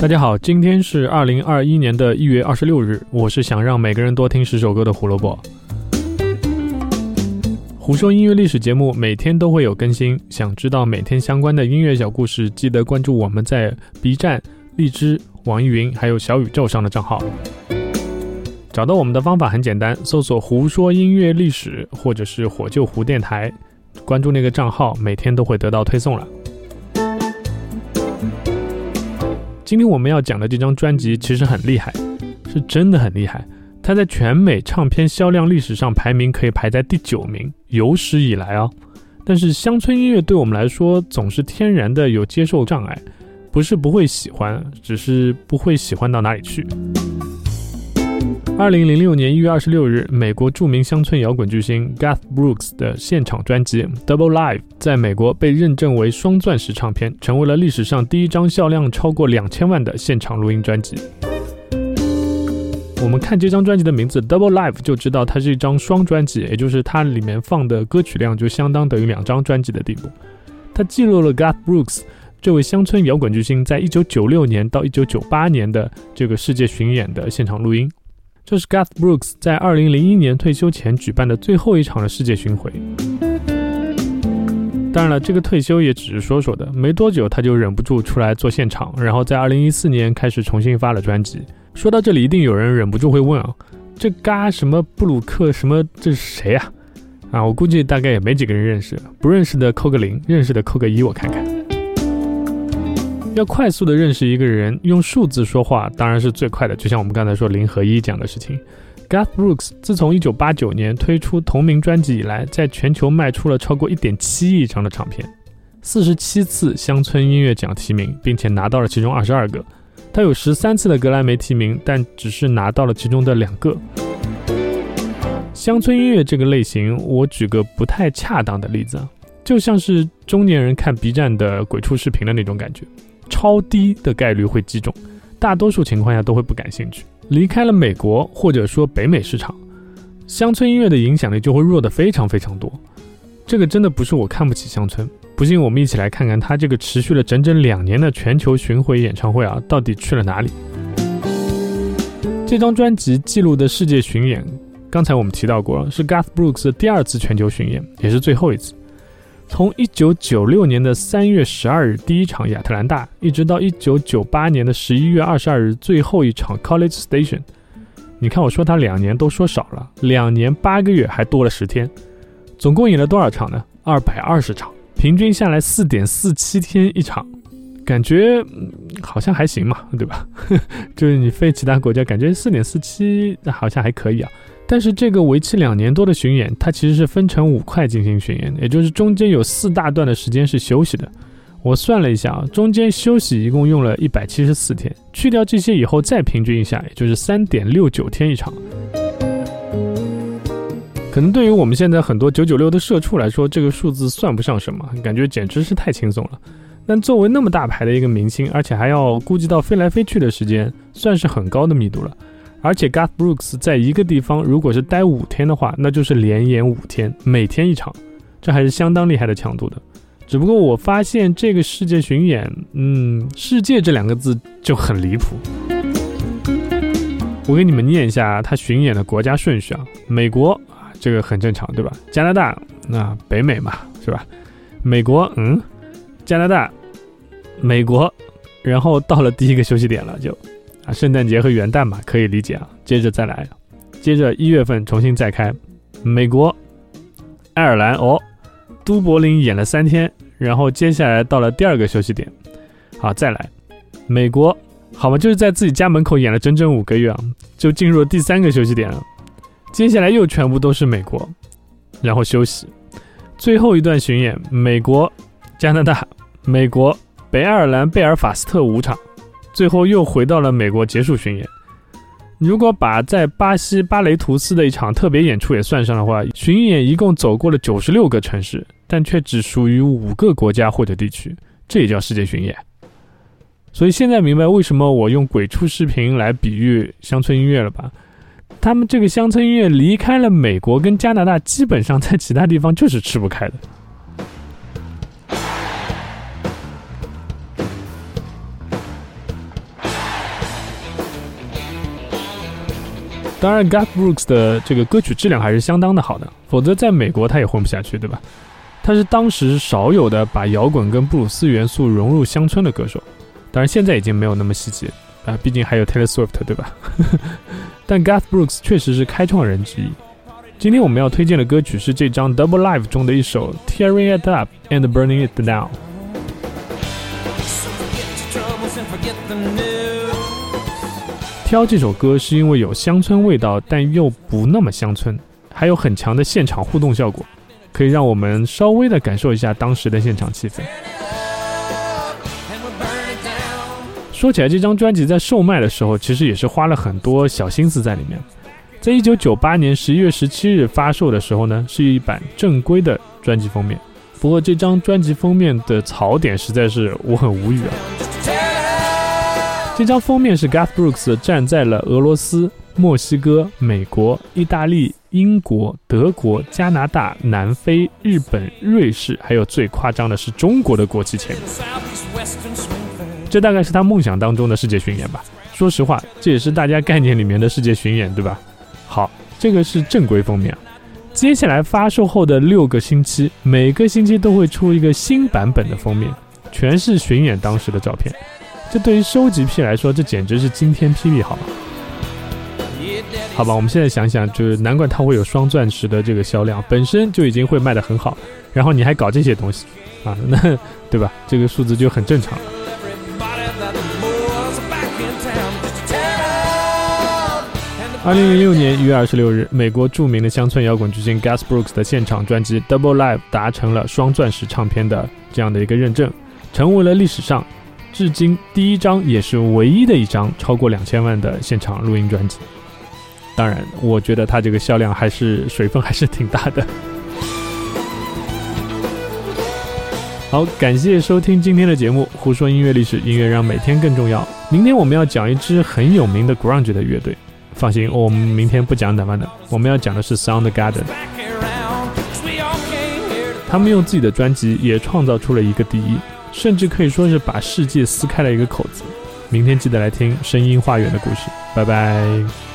大家好，今天是2021年的1月26日，我是想让每个人多听10首歌的胡萝卜。胡说音乐历史节目每天都会有更新，想知道每天相关的音乐小故事，记得关注我们在 B 站、荔枝、网易云还有小宇宙上的账号。找到我们的方法很简单，搜索胡说音乐历史或者是火救胡电台，关注那个账号，每天都会得到推送了。今天我们要讲的这张专辑其实很厉害，是真的很厉害，它在全美唱片销量历史上排名可以排在第9名，有史以来啊。但是乡村音乐对我们来说总是天然的有接受障碍，不是不会喜欢，只是不会喜欢到哪里去。2006年1月26日，美国著名乡村摇滚巨星 Garth Brooks 的现场专辑 Double Live 在美国被认证为双钻石唱片，成为了历史上第一张销量超过2000万的现场录音专辑。我们看这张专辑的名字 Double Live 就知道它是一张双专辑，也就是它里面放的歌曲量就相当等于2张专辑的地步。它记录了 Garth Brooks 这位乡村摇滚巨星在1996年到1998年的这个世界巡演的现场录音。这是 Garth Brooks 在2001年退休前举办的最后一场的世界巡回。当然了，这个退休也只是说说的，没多久他就忍不住出来做现场，然后在2014年开始重新发了专辑。说到这里，一定有人忍不住会问啊，这嘎什么布鲁克什么，这是谁啊？我估计大概也没几个人认识，不认识的扣个0，认识的扣个1，我看看。要快速的认识一个人，用数字说话当然是最快的，就像我们刚才说0和1这样的事情。Garth Brooks 自从1989年推出同名专辑以来，在全球卖出了超过 1.7 亿张的唱片，47次乡村音乐奖提名，并且拿到了其中22个。他有13次的格莱美提名，但只是拿到了其中的2个。乡村音乐这个类型，我举个不太恰当的例子，就像是中年人看 B 站的鬼畜视频的那种感觉，超低的概率会击中，大多数情况下都会不感兴趣。离开了美国或者说北美市场，乡村音乐的影响力就会弱得非常非常多。这个真的不是我看不起乡村，不信我们一起来看看他这个持续了整整2年的全球巡回演唱会到底去了哪里。这张专辑记录的世界巡演，刚才我们提到过了，是 Garth Brooks 的第2次全球巡演，也是最后一次。从1996年的3月12日第一场亚特兰大，一直到1998年的11月22日最后一场 College Station。 你看我说他2年都说少了，2年8个月还多了10天，总共演了多少场呢？220场，平均下来 4.47 天一场，感觉好像还行嘛，对吧？就是你飞其他国家感觉 4.47 好像还可以啊。但是这个为期2年多的巡演，它其实是分成5块进行巡演，也就是中间有4大段的时间是休息的。我算了一下中间休息一共用了174天，去掉这些以后再平均一下，也就是 3.69 天一场。可能对于我们现在很多996的社畜来说，这个数字算不上什么，感觉简直是太轻松了。但作为那么大牌的一个明星，而且还要顾及到飞来飞去的时间，算是很高的密度了。而且 Garth Brooks 在一个地方如果是待5天的话，那就是连演5天，每天一场，这还是相当厉害的强度的。只不过我发现这个世界巡演，世界这2个字就很离谱。我给你们念一下他巡演的国家顺序美国这个很正常对吧？加拿大北美嘛是吧？美国加拿大美国，然后到了第一个休息点了，就圣诞节和元旦嘛，可以理解接着再来，接着1月份重新再开，美国爱尔兰都柏林演了3天，然后接下来到了第2个休息点，好再来美国，好吧，就是在自己家门口演了整整5个月就进入了第3个休息点了，接下来又全部都是美国，然后休息，最后一段巡演美国加拿大美国北爱尔兰贝尔法斯特5场，最后又回到了美国结束巡演。如果把在巴西巴雷图斯的一场特别演出也算上的话，巡演一共走过了96个城市，但却只属于5个国家或者地区，这也叫世界巡演。所以现在明白为什么我用鬼畜视频来比喻乡村音乐了吧？他们这个乡村音乐离开了美国跟加拿大，基本上在其他地方就是吃不开的。 当然 Garth Brooks 的这个歌曲质量还是相当的好的，否则在美国他也混不下去，对吧？他是当时少有的把摇滚跟布鲁斯元素融入乡村的歌手，当然现在已经没有那么稀奇毕竟还有 Taylor Swift， 对吧？但 Garth Brooks 确实是开创人之一。今天我们要推荐的歌曲是这张 Double Live 中的一首 Tearing It Up and Burning It Down。挑这首歌是因为有乡村味道，但又不那么乡村，还有很强的现场互动效果，可以让我们稍微的感受一下当时的现场气氛。说起来，这张专辑在售卖的时候其实也是花了很多小心思在里面。在1998年11月17日发售的时候呢，是一版正规的专辑封面。不过这张专辑封面的槽点实在是我很无语啊。这张封面是 Garth Brooks 站在了俄罗斯、墨西哥、美国、意大利、英国、德国、加拿大、南非、日本、瑞士，还有最夸张的是中国的国旗前面。这大概是他梦想当中的世界巡演吧。说实话，这也是大家概念里面的世界巡演，对吧？好，这个是正规封面。接下来发售后的6个星期，每个星期都会出一个新版本的封面，全是巡演当时的照片。这对于收集癖来说，这简直是惊天霹雳，好吗？好吧，我们现在想想，就是难怪它会有双钻石的这个销量，本身就已经会卖得很好，然后你还搞这些东西啊，那对吧？这个数字就很正常了。2006年1月26日，美国著名的乡村摇滚巨星 Garth Brooks 的现场专辑 Double Live 达成了双钻石唱片的这样的一个认证，成为了历史上至今第一张也是唯一的一张超过2000万的现场录音专辑。当然，我觉得它这个销量还是水分还是挺大的。好，感谢收听今天的节目，胡说音乐历史，音乐让每天更重要。明天我们要讲一支很有名的 grunge 的乐队。放心，我们明天不讲Nirvana，我们要讲的是 Soundgarden。他们用自己的专辑也创造出了一个第一，甚至可以说是把世界撕开了一个口子。明天记得来听声音花园的故事，拜拜。